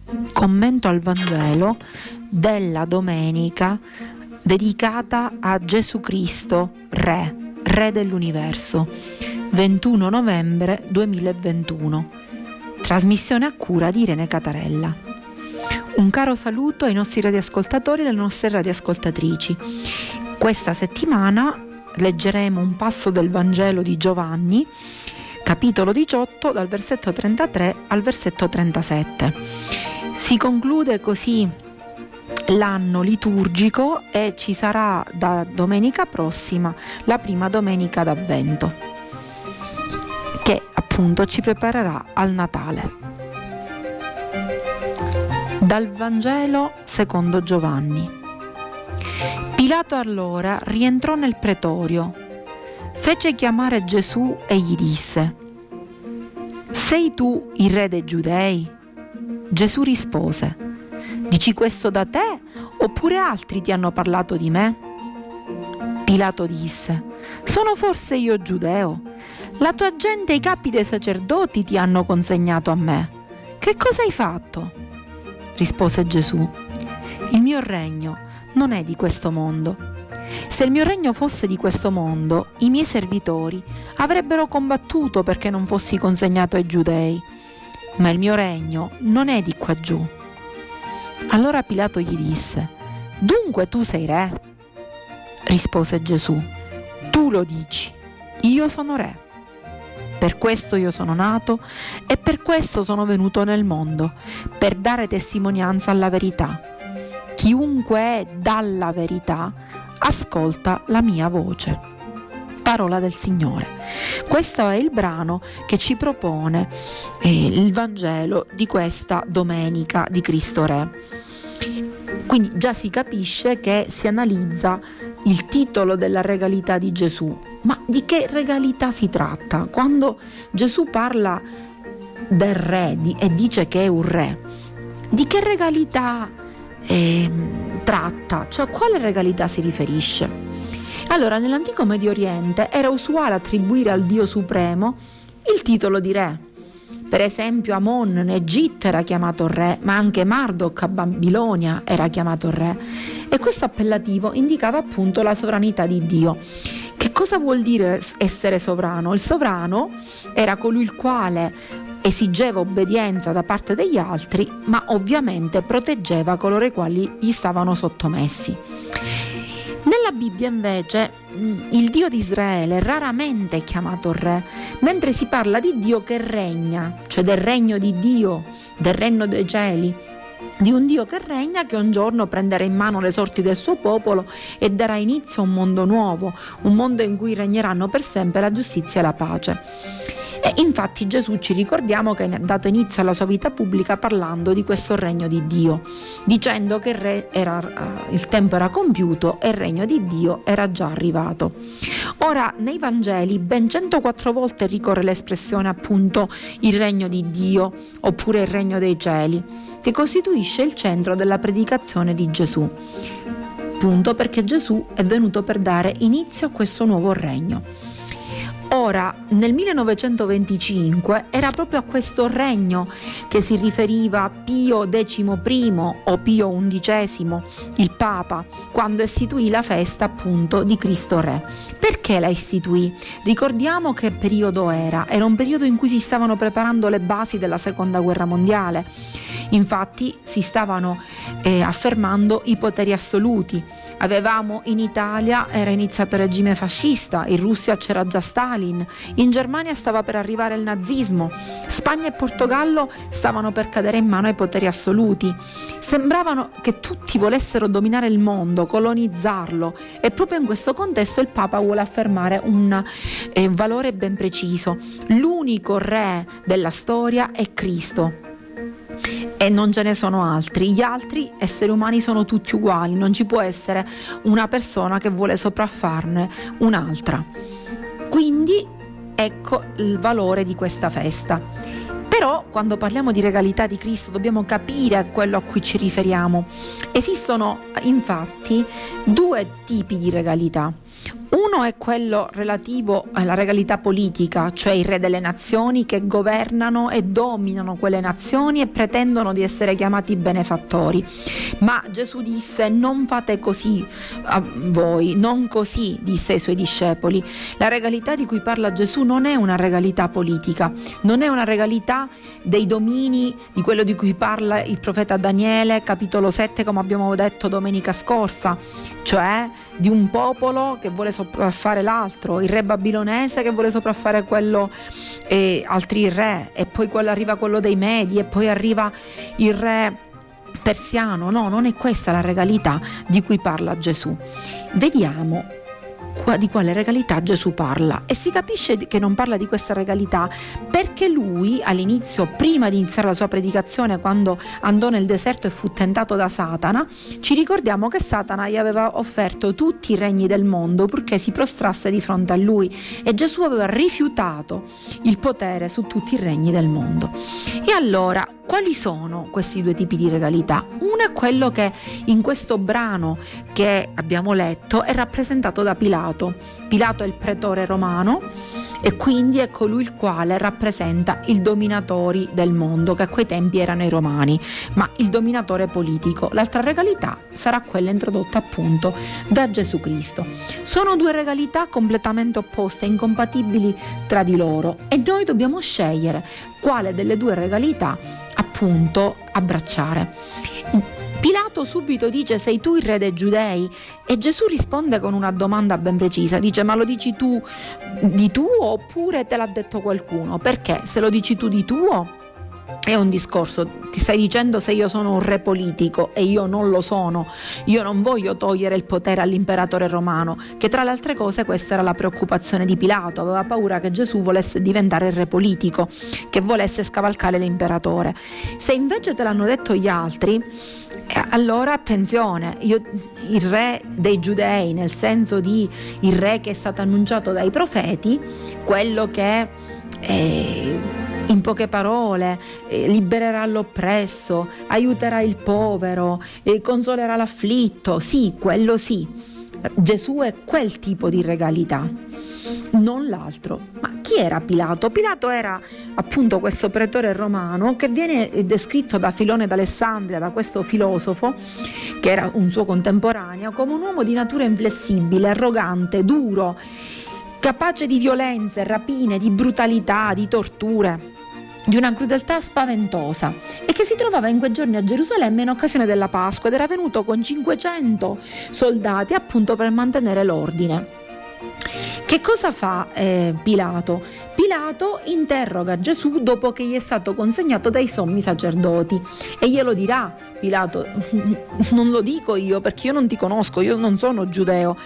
Commento al Vangelo della domenica dedicata a Gesù Cristo, Re dell'universo, 21 novembre 2021. Trasmissione a cura di Irene Catarella. Un caro saluto ai nostri radioascoltatori e alle nostre radioascoltatrici. Questa settimana leggeremo un passo del Vangelo di Giovanni, capitolo 18, dal versetto 33 al versetto 37. Si conclude così l'anno liturgico e ci sarà da domenica prossima la prima domenica d'Avvento, che appunto ci preparerà al Natale. Dal Vangelo secondo Giovanni. Pilato allora rientrò nel pretorio, fece chiamare Gesù e gli disse: «Sei tu il re dei Giudei?» Gesù rispose: «Dici questo da te oppure altri ti hanno parlato di me?» Pilato disse: «Sono forse io giudeo? La tua gente e i capi dei sacerdoti ti hanno consegnato a me. Che cosa hai fatto?» Rispose Gesù: «Il mio regno non è di questo mondo. Se il mio regno fosse di questo mondo, i miei servitori avrebbero combattuto perché non fossi consegnato ai giudei. Ma il mio regno non è di qua giù». Allora Pilato gli disse: «Dunque tu sei re?» Rispose Gesù: «Tu lo dici, io sono re. Per questo io sono nato e per questo sono venuto nel mondo, per dare testimonianza alla verità. Chiunque è dalla verità ascolta la mia voce». Parola del Signore. Questo è il brano che ci propone il Vangelo di questa domenica di Cristo Re. Quindi già si capisce che si analizza il titolo della regalità di Gesù. Ma di che regalità si tratta? Quando Gesù parla del re e dice che è un re, di che regalità tratta? Cioè, a quale regalità si riferisce? Allora, nell'antico Medio Oriente era usuale attribuire al Dio Supremo il titolo di re. Per esempio, Amon in Egitto era chiamato re, ma anche Marduk a Babilonia era chiamato re. E questo appellativo indicava appunto la sovranità di Dio. Che cosa vuol dire essere sovrano? Il sovrano era colui il quale esigeva obbedienza da parte degli altri, ma ovviamente proteggeva coloro i quali gli stavano sottomessi. Nella Bibbia invece il Dio di Israele raramente è chiamato re, mentre si parla di Dio che regna, cioè del regno di Dio, del regno dei cieli, di un Dio che regna, che un giorno prenderà in mano le sorti del suo popolo e darà inizio a un mondo nuovo, un mondo in cui regneranno per sempre la giustizia e la pace. E infatti Gesù, ci ricordiamo che ha dato inizio alla sua vita pubblica parlando di questo regno di Dio, dicendo che il tempo era compiuto e il regno di Dio era già arrivato. Ora, nei Vangeli ben 104 volte ricorre l'espressione appunto il regno di Dio oppure il regno dei cieli, che costituisce il centro della predicazione di Gesù, appunto perché Gesù è venuto per dare inizio a questo nuovo regno. Ora, nel 1925 era proprio a questo regno che si riferiva Pio XI o Pio XI, il Papa, quando istituì la festa appunto di Cristo Re. Perché la istituì? Ricordiamo che periodo era. Era un periodo in cui si stavano preparando le basi della Seconda Guerra Mondiale. Infatti si stavano affermando i poteri assoluti. Avevamo in Italia, era iniziato il regime fascista, in Russia c'era già Stalin, in Germania stava per arrivare il nazismo, Spagna e Portogallo stavano per cadere in mano ai poteri assoluti. Sembravano che tutti volessero dominare il mondo, colonizzarlo, e proprio in questo contesto il Papa vuole affermare un valore ben preciso: l'unico re della storia è Cristo. E non ce ne sono altri. Gli altri esseri umani sono tutti uguali, non ci può essere una persona che vuole sopraffarne un'altra. Quindi ecco il valore di questa festa. Però quando parliamo di regalità di Cristo dobbiamo capire a quello a cui ci riferiamo. Esistono infatti due tipi di regalità. Uno è quello relativo alla regalità politica, cioè i re delle nazioni che governano e dominano quelle nazioni e pretendono di essere chiamati benefattori. Ma Gesù disse: non fate così a voi, non così, disse ai suoi discepoli. La regalità di cui parla Gesù non è una regalità politica, non è una regalità dei domini, di quello di cui parla il profeta Daniele, capitolo 7, come abbiamo detto domenica scorsa, cioè di un popolo che vuole sopraffare l'altro, il re babilonese che vuole sopraffare quello altri re, e poi arriva quello dei Medi, e poi arriva il re persiano. No, non è questa la regalità di cui parla Gesù. Vediamo di quale regalità Gesù parla, e si capisce che non parla di questa regalità perché lui all'inizio, prima di iniziare la sua predicazione, quando andò nel deserto e fu tentato da Satana, ci ricordiamo che Satana gli aveva offerto tutti i regni del mondo purché si prostrasse di fronte a lui, e Gesù aveva rifiutato il potere su tutti i regni del mondo. E allora, quali sono questi due tipi di regalità? Uno è quello che in questo brano che abbiamo letto è rappresentato da Pilato. Pilato è il pretore romano e quindi è colui il quale rappresenta i dominatori del mondo, che a quei tempi erano i romani, ma il dominatore politico. L'altra regalità sarà quella introdotta appunto da Gesù Cristo. Sono due regalità completamente opposte, incompatibili tra di loro, e noi dobbiamo scegliere quale delle due regalità appunto abbracciare. Pilato subito dice: sei tu il re dei Giudei? E Gesù risponde con una domanda ben precisa, dice: ma lo dici tu di tuo oppure te l'ha detto qualcuno? Perché se lo dici tu di tuo è un discorso, ti stai dicendo: se io sono un re politico e io non lo sono, io non voglio togliere il potere all'imperatore romano, che tra le altre cose questa era la preoccupazione di Pilato, aveva paura che Gesù volesse diventare il re politico, che volesse scavalcare l'imperatore. Se invece te l'hanno detto gli altri, allora attenzione, il re dei Giudei, nel senso di il re che è stato annunciato dai profeti, quello che in poche parole libererà l'oppresso, aiuterà il povero, consolerà l'afflitto. Sì, quello sì. Gesù è quel tipo di regalità, non l'altro. Ma chi era Pilato? Pilato era appunto questo pretore romano che viene descritto da Filone d'Alessandria, da questo filosofo che era un suo contemporaneo, come un uomo di natura inflessibile, arrogante, duro, capace di violenze, rapine, di brutalità, di torture, di una crudeltà spaventosa, e che si trovava in quei giorni a Gerusalemme in occasione della Pasqua ed era venuto con 500 soldati appunto per mantenere l'ordine. Che cosa fa Pilato? Pilato interroga Gesù dopo che gli è stato consegnato dai sommi sacerdoti, e glielo dirà Pilato: non lo dico io perché io non ti conosco, io non sono giudeo,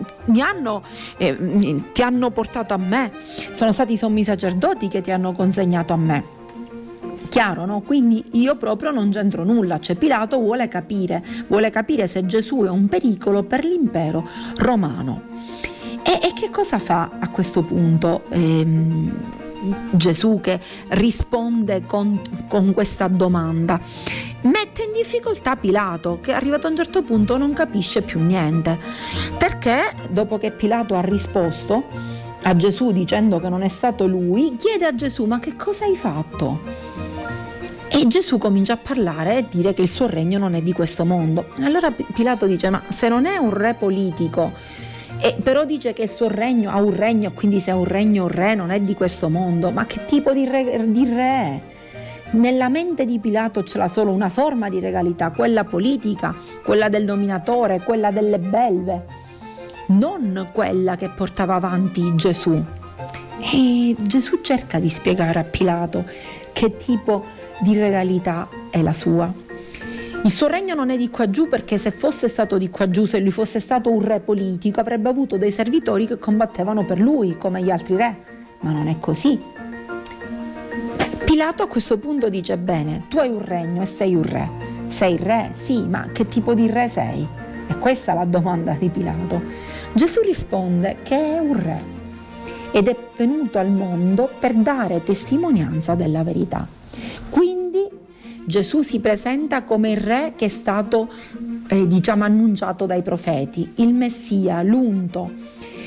ti hanno portato a me, sono stati i sommi sacerdoti che ti hanno consegnato a me. Chiaro, no? Quindi io proprio non c'entro nulla. Cioè Pilato vuole capire se Gesù è un pericolo per l'impero romano. E che cosa fa a questo punto Gesù, che risponde con questa domanda? Mette in difficoltà Pilato, che arrivato a un certo punto non capisce più niente, perché dopo che Pilato ha risposto a Gesù dicendo che non è stato lui, chiede a Gesù: ma che cosa hai fatto? E Gesù comincia a parlare e dire che il suo regno non è di questo mondo. Allora Pilato dice: ma se non è un re politico, però dice che il suo regno ha un regno, quindi se ha un regno, un re non è di questo mondo, ma che tipo di re è? Nella mente di Pilato c'era solo una forma di regalità, quella politica, quella del dominatore, quella delle belve, non quella che portava avanti Gesù. E Gesù cerca di spiegare a Pilato che tipo di regalità è la sua. Il suo regno non è di qua giù, perché se fosse stato di qua giù, se lui fosse stato un re politico, avrebbe avuto dei servitori che combattevano per lui come gli altri re, ma non è così. Pilato a questo punto dice: bene, tu hai un regno e sei un re. Sei re? Sì, ma che tipo di re sei? E questa è la domanda di Pilato. Gesù risponde che è un re ed è venuto al mondo per dare testimonianza della verità. Quindi Gesù si presenta come il re che è stato annunciato dai profeti, il Messia, l'unto,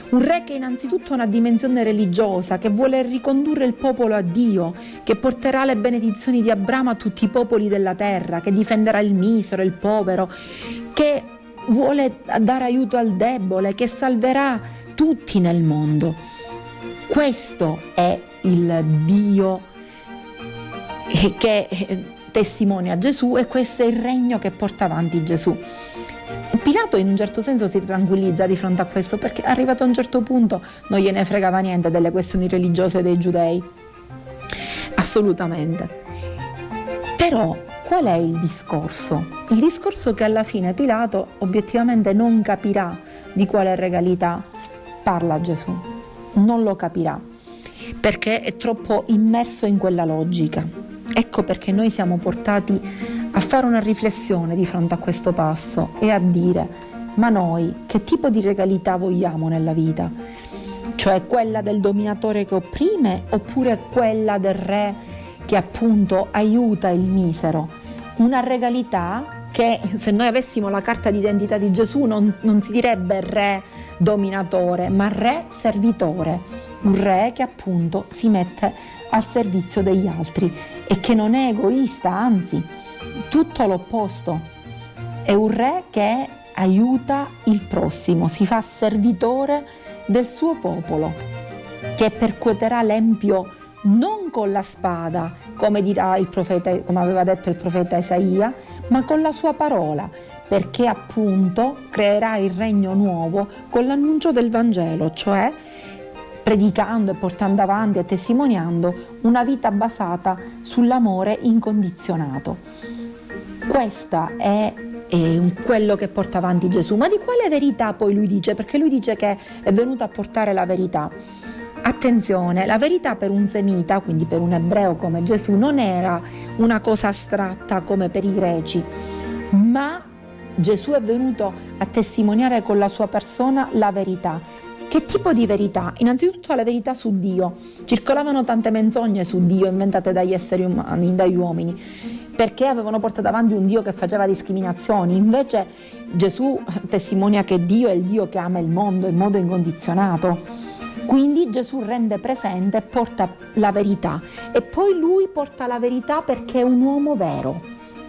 Un re che innanzitutto ha una dimensione religiosa, che vuole ricondurre il popolo a Dio, che porterà le benedizioni di Abramo a tutti i popoli della terra, che difenderà il misero, il povero, che vuole dare aiuto al debole, che salverà tutti nel mondo. Questo è il Dio che testimonia Gesù, e questo è il regno che porta avanti Gesù. Pilato in un certo senso si tranquillizza di fronte a questo, perché arrivato a un certo punto non gliene fregava niente delle questioni religiose dei giudei, assolutamente. Però qual è il discorso? Il discorso è che alla fine Pilato obiettivamente non capirà di quale regalità parla Gesù, non lo capirà, perché è troppo immerso in quella logica. Ecco perché noi siamo portati a fare una riflessione di fronte a questo passo e a dire: ma noi che tipo di regalità vogliamo nella vita? Cioè quella del dominatore che opprime, oppure quella del re che appunto aiuta il misero? Una regalità che, se noi avessimo la carta d'identità di Gesù, non si direbbe re dominatore, ma re servitore, un re che appunto si mette al servizio degli altri e che non è egoista, anzi tutto l'opposto, è un re che aiuta il prossimo, si fa servitore del suo popolo, che percuoterà l'empio non con la spada, come dirà il profeta, come aveva detto il profeta Isaia, ma con la sua parola, perché appunto creerà il regno nuovo con l'annuncio del Vangelo, cioè predicando e portando avanti e testimoniando una vita basata sull'amore incondizionato. Questa è quello che porta avanti Gesù. Ma di quale verità poi lui dice? Perché lui dice che è venuto a portare la verità. Attenzione, la verità per un semita, quindi per un ebreo come Gesù, non era una cosa astratta come per i greci, ma Gesù è venuto a testimoniare con la sua persona la verità. Che tipo di verità? Innanzitutto la verità su Dio. Circolavano tante menzogne su Dio inventate dagli esseri umani, dagli uomini, perché avevano portato avanti un Dio che faceva discriminazioni. Invece Gesù testimonia che Dio è il Dio che ama il mondo in modo incondizionato. Quindi Gesù rende presente e porta la verità, e poi lui porta la verità perché è un uomo vero.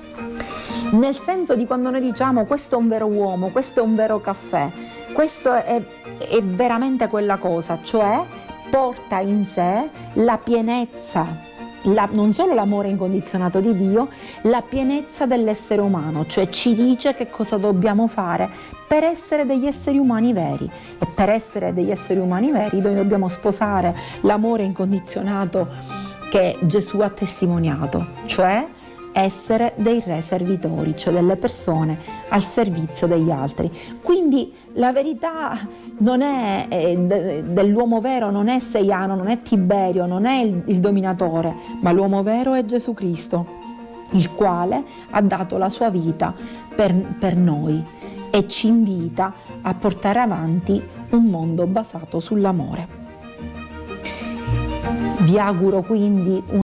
Nel senso di quando noi diciamo questo è un vero uomo, questo è un vero caffè, questo è veramente quella cosa, cioè porta in sé la pienezza, non solo l'amore incondizionato di Dio, la pienezza dell'essere umano, cioè ci dice che cosa dobbiamo fare per essere degli esseri umani veri. E per essere degli esseri umani veri noi dobbiamo sposare l'amore incondizionato che Gesù ha testimoniato, cioè essere dei re servitori, cioè delle persone al servizio degli altri. Quindi la verità non è dell'uomo vero, non è Seiano, non è Tiberio, non è il dominatore, ma l'uomo vero è Gesù Cristo, il quale ha dato la sua vita per noi e ci invita a portare avanti un mondo basato sull'amore. Vi auguro quindi